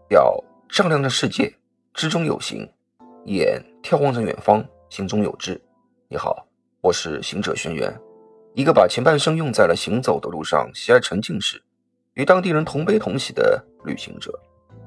要丈量着世界，知中有行，眼眺望着远方，心中有志。你好，我是行者轩辕，一个把前半生用在了行走的路上，喜爱沉浸式，与当地人同悲同喜的旅行者。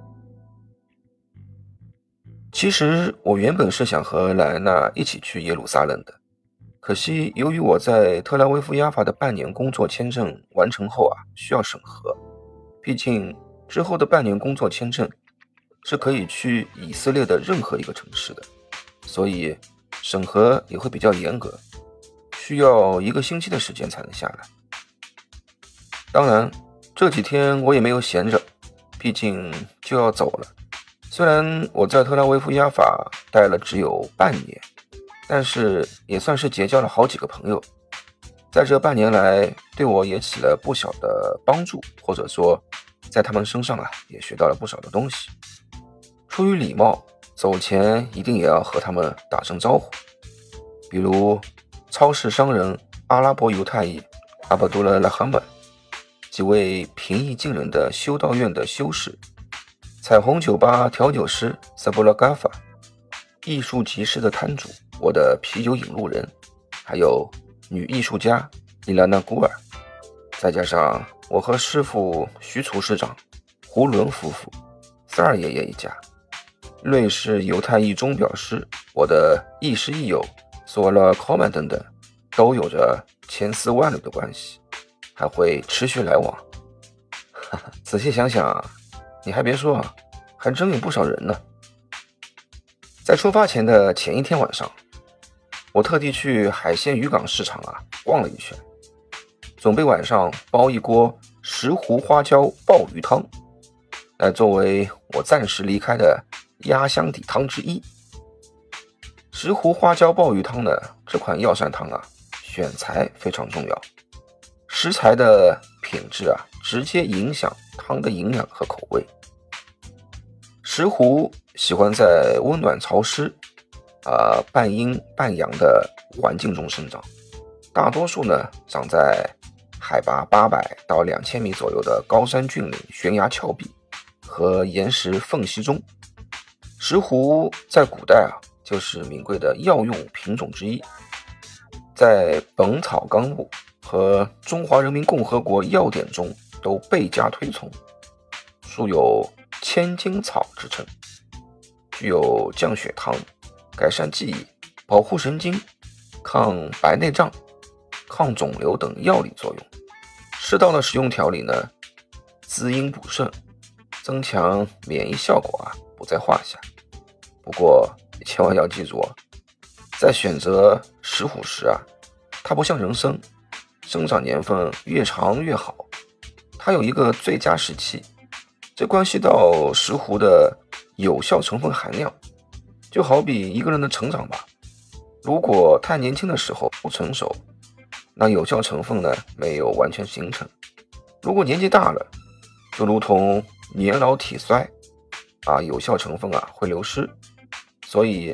其实我原本是想和莱安娜一起去耶路撒冷的，可惜由于我在特拉维夫亚法的半年工作签证完成后需要审核，毕竟之后的半年工作签证是可以去以色列的任何一个城市的，所以审核也会比较严格，需要1个星期的时间才能下来。当然这几天我也没有闲着，毕竟就要走了。虽然我在特拉维夫亚法待了只有半年，但是也算是结交了好几个朋友，在这半年来对我也起了不小的帮助，或者说在他们身上也学到了不少的东西。出于礼貌，走前一定也要和他们打声招呼，比如超市商人阿拉伯犹太裔阿卜杜勒拉哈曼，几位平易近人的修道院的修士，彩虹酒吧调酒师萨布拉嘎法，艺术集市的摊主，我的啤酒引路人，还有女艺术家伊拉娜古尔，再加上我和师傅徐厨师长胡伦夫妇塞尔爷爷一家，瑞士犹太裔钟表师我的亦师亦友索勒考曼等等，都有着千丝万缕的关系，还会持续来往。仔细想想你还别说还真有不少人呢。在出发前的前一天晚上，我特地去海鲜渔港市场逛了一圈，准备晚上煲一锅石斛花椒鲍鱼汤，来作为我暂时离开的压箱底汤之一。石斛花椒鲍鱼汤呢，这款药膳汤选材非常重要，食材的品质直接影响汤的营养和口味。石斛喜欢在温暖潮湿半阴半阳的环境中生长，大多数呢长在海拔800到2000米左右的高山峻岭悬崖峭壁和岩石缝隙中。石斛在古代就是名贵的药用品种之一，在《本草纲目》和《中华人民共和国药典》中都倍加推崇，素有千金草之称，具有降血糖、改善记忆、保护神经、抗白内障、抗肿瘤等药理作用。适当的使用调理呢，滋阴补肾，增强免疫效果不在话下。不过你千万要记住在选择石斛时它不像人参，生长年份越长越好，它有一个最佳时期，这关系到石斛的有效成分含量。就好比一个人的成长吧，如果太年轻的时候不成熟，那有效成分呢没有完全形成，如果年纪大了，就如同年老体衰有效成分会流失。所以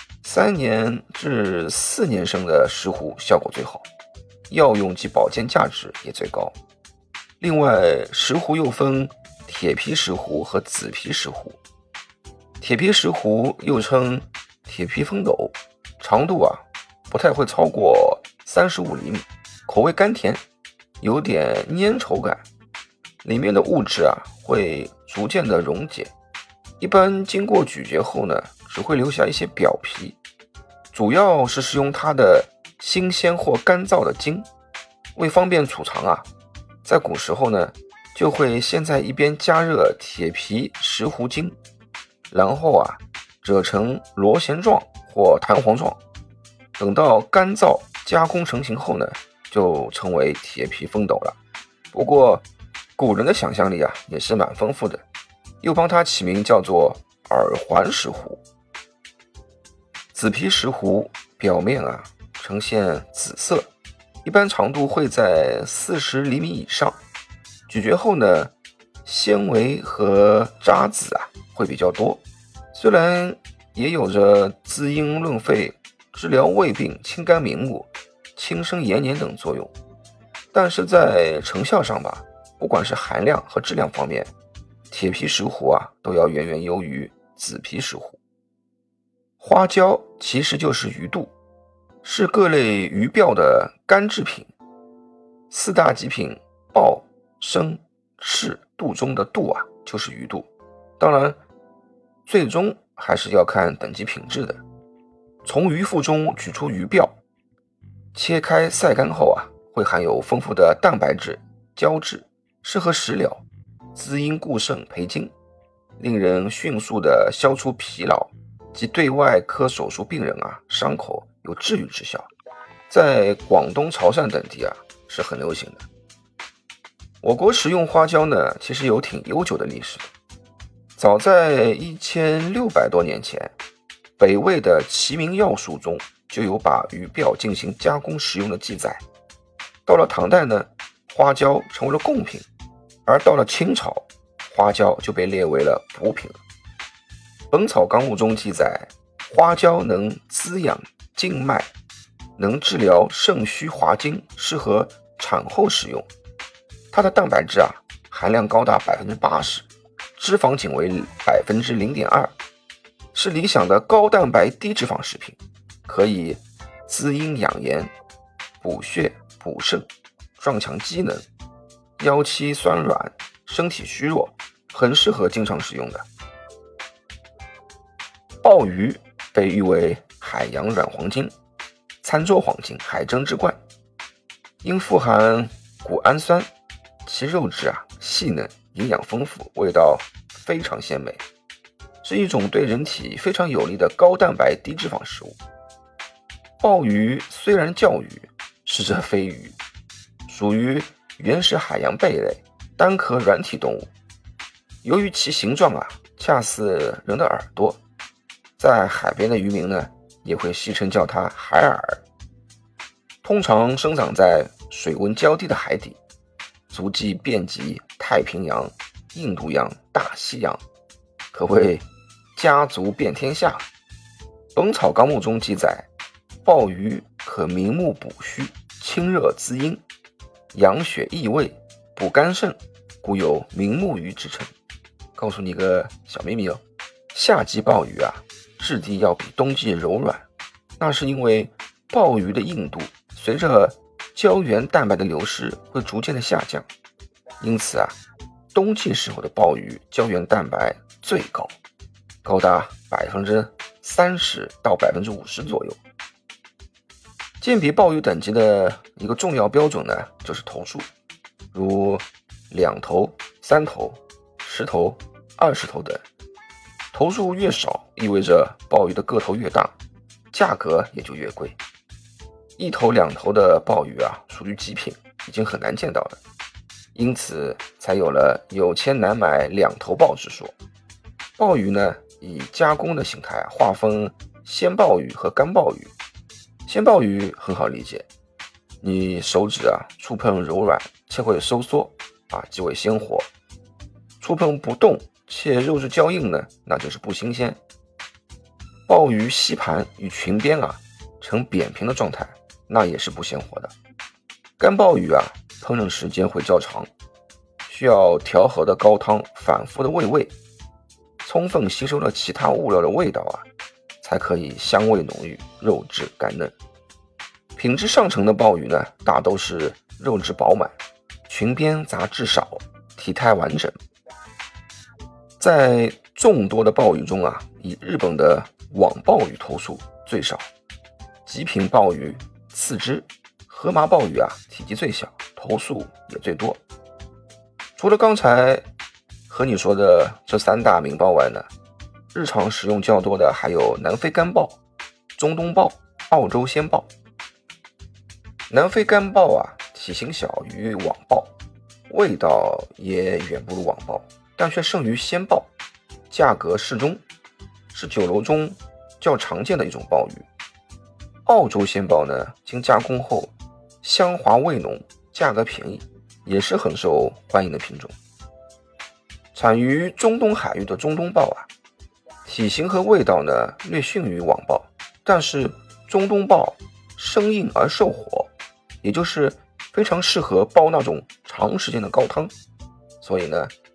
3年至4年生的石斛效果最好，药用及保健价值也最高。另外石斛又分铁皮石斛和紫皮石斛，铁皮石斛又称铁皮风斗，长度不太会超过35厘米，口味甘甜，有点粘稠感，里面的物质会逐渐的溶解，一般经过咀嚼后呢，只会留下一些表皮，主要是使用它的新鲜或干燥的茎。为方便储藏在古时候呢，就会先在一边加热铁皮石斛茎，然后折成螺旋状或弹簧状，等到干燥加工成型后呢，就成为铁皮风斗了。不过古人的想象力也是蛮丰富的，又帮它起名叫做耳环石斛。紫皮石斛表面呈现紫色，一般长度会在40厘米以上，咀嚼后呢，纤维和渣子会比较多，虽然也有着滋阴润肺、治疗胃病、清肝明目、轻身延年等作用，但是在成效上不管是含量和质量方面， 铁皮石斛啊都要远远优于紫皮石斛。花椒其实就是鱼肚，是各类鱼鳔的干制品。四大极品鲍、生、翅、肚中的肚啊就是鱼肚。当然最终还是要看等级品质的。从鱼腹中取出鱼鳔，切开晒干后啊，会含有丰富的蛋白质、胶质，适合食疗，滋阴固肾培精，令人迅速的消除疲劳，及对外科手术病人啊伤口有治愈之效。在广东潮汕等地啊是很流行的。我国食用花椒呢，其实有挺悠久的历史。早在1600多年前，北魏的《齐民要术》中就有把鱼鳔进行加工食用的记载。到了唐代呢，花椒成为了贡品，而到了清朝，花椒就被列为了补品了。《本草纲目》中记载，花椒能滋养静脉，能治疗肾虚滑精，适合产后食用。它的蛋白质啊含量高达 80%， 脂肪仅为 0.2%， 是理想的高蛋白低脂肪食品，可以滋阴养颜、补血补肾、壮强机能，腰膝酸软、身体虚弱，很适合经常食用的。鲍鱼被誉为海洋软黄金、餐桌黄金、海珍之冠，因富含谷氨酸，其肉质啊细嫩，营养丰富，味道非常鲜美，是一种对人体非常有利的高蛋白低脂肪食物。鲍鱼虽然叫鱼，实则非鱼，属于原始海洋贝类单壳软体动物。由于其形状啊恰似人的耳朵，在海边的渔民呢也会戏称叫它海饵。通常生长在水温较低的海底，足迹遍及太平洋、印度洋、大西洋，可谓家族遍天下。《本草纲目》中记载，鲍鱼可明目补虚、清热滋阴、养血益胃、补肝肾，故有明目鱼之称。告诉你个小秘密哦，夏季鲍鱼啊质地要比冬季柔软，那是因为鲍鱼的硬度随着胶原蛋白的流失会逐渐的下降，因此啊，冬季时候的鲍鱼胶原蛋白最高，高达 30% 到 50% 左右。鉴别鲍鱼等级的一个重要标准呢，就是头数，如2头、3头、10头、20头等。头数越少，意味着鲍鱼的个头越大，价格也就越贵。1头2头的鲍鱼啊，属于极品，已经很难见到了，因此才有了有钱难买2头鲍之说。鲍鱼呢，以加工的形态划分鲜鲍鱼和干鲍鱼。鲜鲍鱼很好理解，你手指啊触碰柔软且会收缩啊，即为鲜活；触碰不动且肉质较硬呢，那就是不新鲜。鲍鱼吸盘与裙边啊呈扁平的状态，那也是不鲜活的。干鲍鱼啊，烹饪时间会较长，需要调和的高汤反复的喂味，充分吸收了其他物料的味道啊，才可以香味浓郁，肉质干嫩。品质上乘的鲍鱼呢，大都是肉质饱满，裙边杂质少，体态完整。在众多的鲍鱼中啊，以日本的网鲍鱼头数最少，极品鲍鱼次之，河马鲍鱼啊体积最小，头数也最多。除了刚才和你说的这3大名鲍外呢，日常使用较多的还有南非干鲍、中东鲍、澳洲鲜鲍。南非干鲍啊，体型小于网鲍，味道也远不如网鲍，但却胜于鲜鲍，价格适中，是酒楼中较常见的一种鲍鱼。澳洲鲜鲍呢，经加工后香滑味浓，价格便宜，也是很受欢迎的品种。产于中东海域的中东鲍啊，体型和味道呢略逊于网鲍，但是中东鲍生硬而受火，也就是非常适合煲那种长时间的高汤，所以呢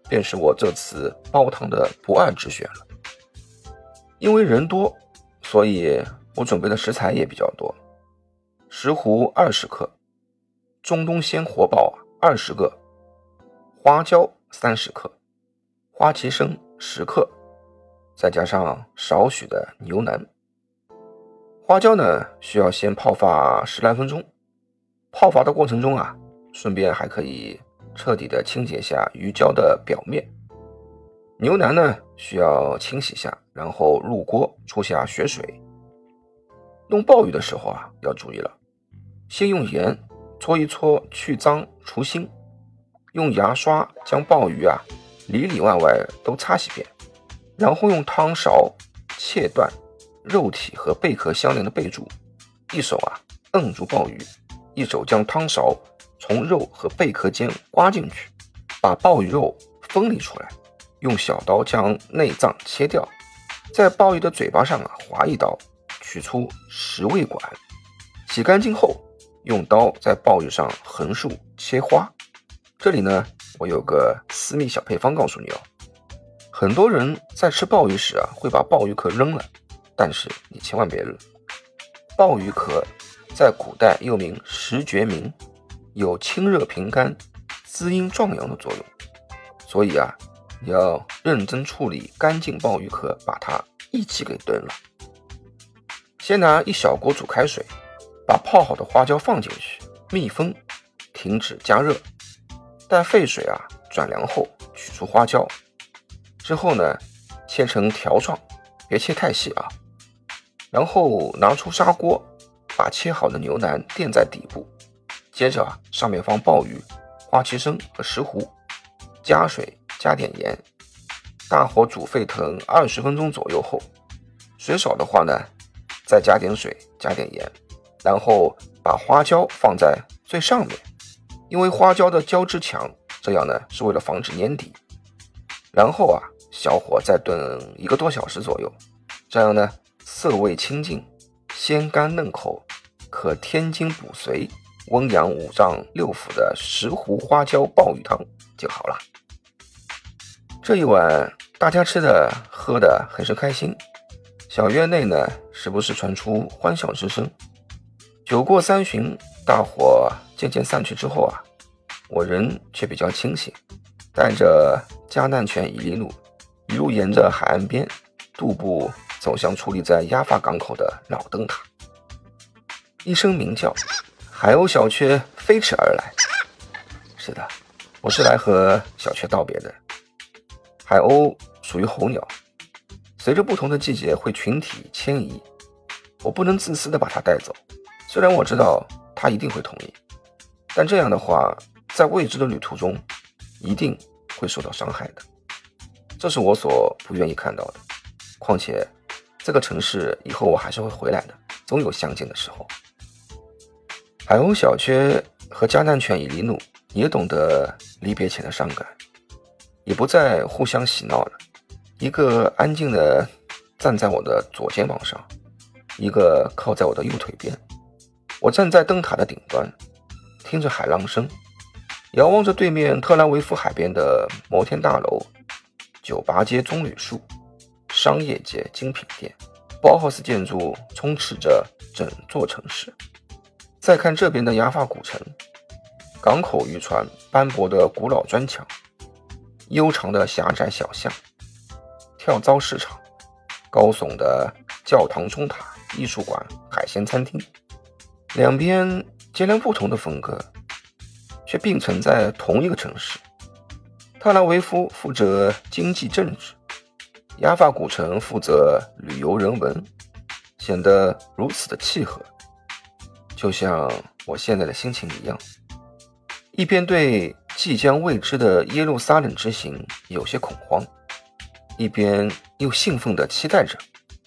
便是我这次煲汤的不二之选了。因为人多，所以我准备的食材也比较多。石斛20克，中东鲜活鲍20个，花椒30克，花旗参10克，再加上少许的牛腩。花椒呢，需要先泡发10来分钟。泡发的过程中顺便还可以彻底的清洁下鱼胶的表面。牛腩呢，需要清洗下，然后入锅出下血水。弄鲍鱼的时候要注意了，先用盐搓一搓去脏除腥，用牙刷将鲍鱼里里外外都擦洗遍，然后用汤勺切断肉体和贝壳相连的贝柱，一手摁住鲍鱼，一手将汤勺从肉和贝壳间刮进去，把鲍鱼肉分离出来，用小刀将内脏切掉，在鲍鱼的嘴巴上划一刀，取出食味管，洗干净后用刀在鲍鱼上横竖切花。这里呢，我有个私密小配方告诉你很多人在吃鲍鱼时会把鲍鱼壳扔了，但是你千万别扔。鲍鱼壳在古代又名石决明，有清热平肝、滋阴壮阳的作用，所以你要认真处理干净鲍鱼壳，把它一起给炖了。先拿一小锅煮开水，把泡好的花椒放进去，密封，停止加热。待沸水转凉后，取出花椒，之后呢，切成条状，别切太细然后拿出砂锅，把切好的牛腩垫在底部，接着上面放鲍鱼、花旗参和石斛，加水加点盐，大火煮沸腾20分钟左右后，水少的话呢，再加点水加点盐，然后把花椒放在最上面，因为花椒的胶质强，这样呢是为了防止粘底。然后小火再炖1个多小时左右，这样呢色味清净，鲜甘嫩口，可添精补髓，温阳五脏六腑的石斛花椒鲍鱼汤就好了。这一碗大家吃的喝的很是开心，小院内呢时不时传出欢笑之声。酒过三巡，大伙渐渐散去之后我人却比较清醒，带着加难犬伊犁努一路沿着海岸边踱步走向矗立在亚法港口的老灯塔。一声鸣叫，海鸥小雀飞驰而来。是的，我是来和小雀道别的。海鸥属于候鸟，随着不同的季节会群体迁移，我不能自私地把它带走，虽然我知道它一定会同意，但这样的话，在未知的旅途中一定会受到伤害的，这是我所不愿意看到的。况且这个城市以后我还是会回来的，总有相见的时候。海鸥小雀和加难犬伊犁努也懂得离别前的伤感，也不再互相嬉闹了，一个安静地站在我的左肩膀上，一个靠在我的右腿边。我站在灯塔的顶端，听着海浪声，遥望着对面特拉维夫海边的摩天大楼、酒吧街棕榈树、商业街精品店、包豪斯建筑充斥着整座城市。再看这边的亚法古城，港口渔船斑驳的古老砖墙，悠长的狭窄小巷，跳蚤市场，高耸的教堂钟塔、艺术馆、海鲜餐厅，两边截然不同的风格，却并存在同一个城市。特拉维夫负责经济政治，亚法古城负责旅游人文，显得如此的契合，就像我现在的心情一样，一边对即将未知的耶路撒冷之行有些恐慌，一边又兴奋地期待着。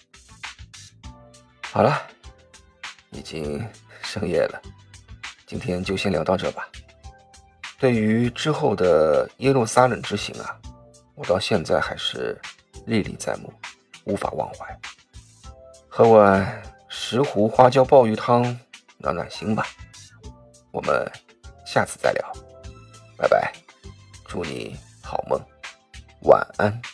好了，已经深夜了，今天就先聊到这吧。对于之后的耶路撒冷之行我到现在还是历历在目，无法忘怀。喝碗石斛花椒鲍鱼汤暖暖心吧。我们下次再聊，拜拜，祝你好梦。 安。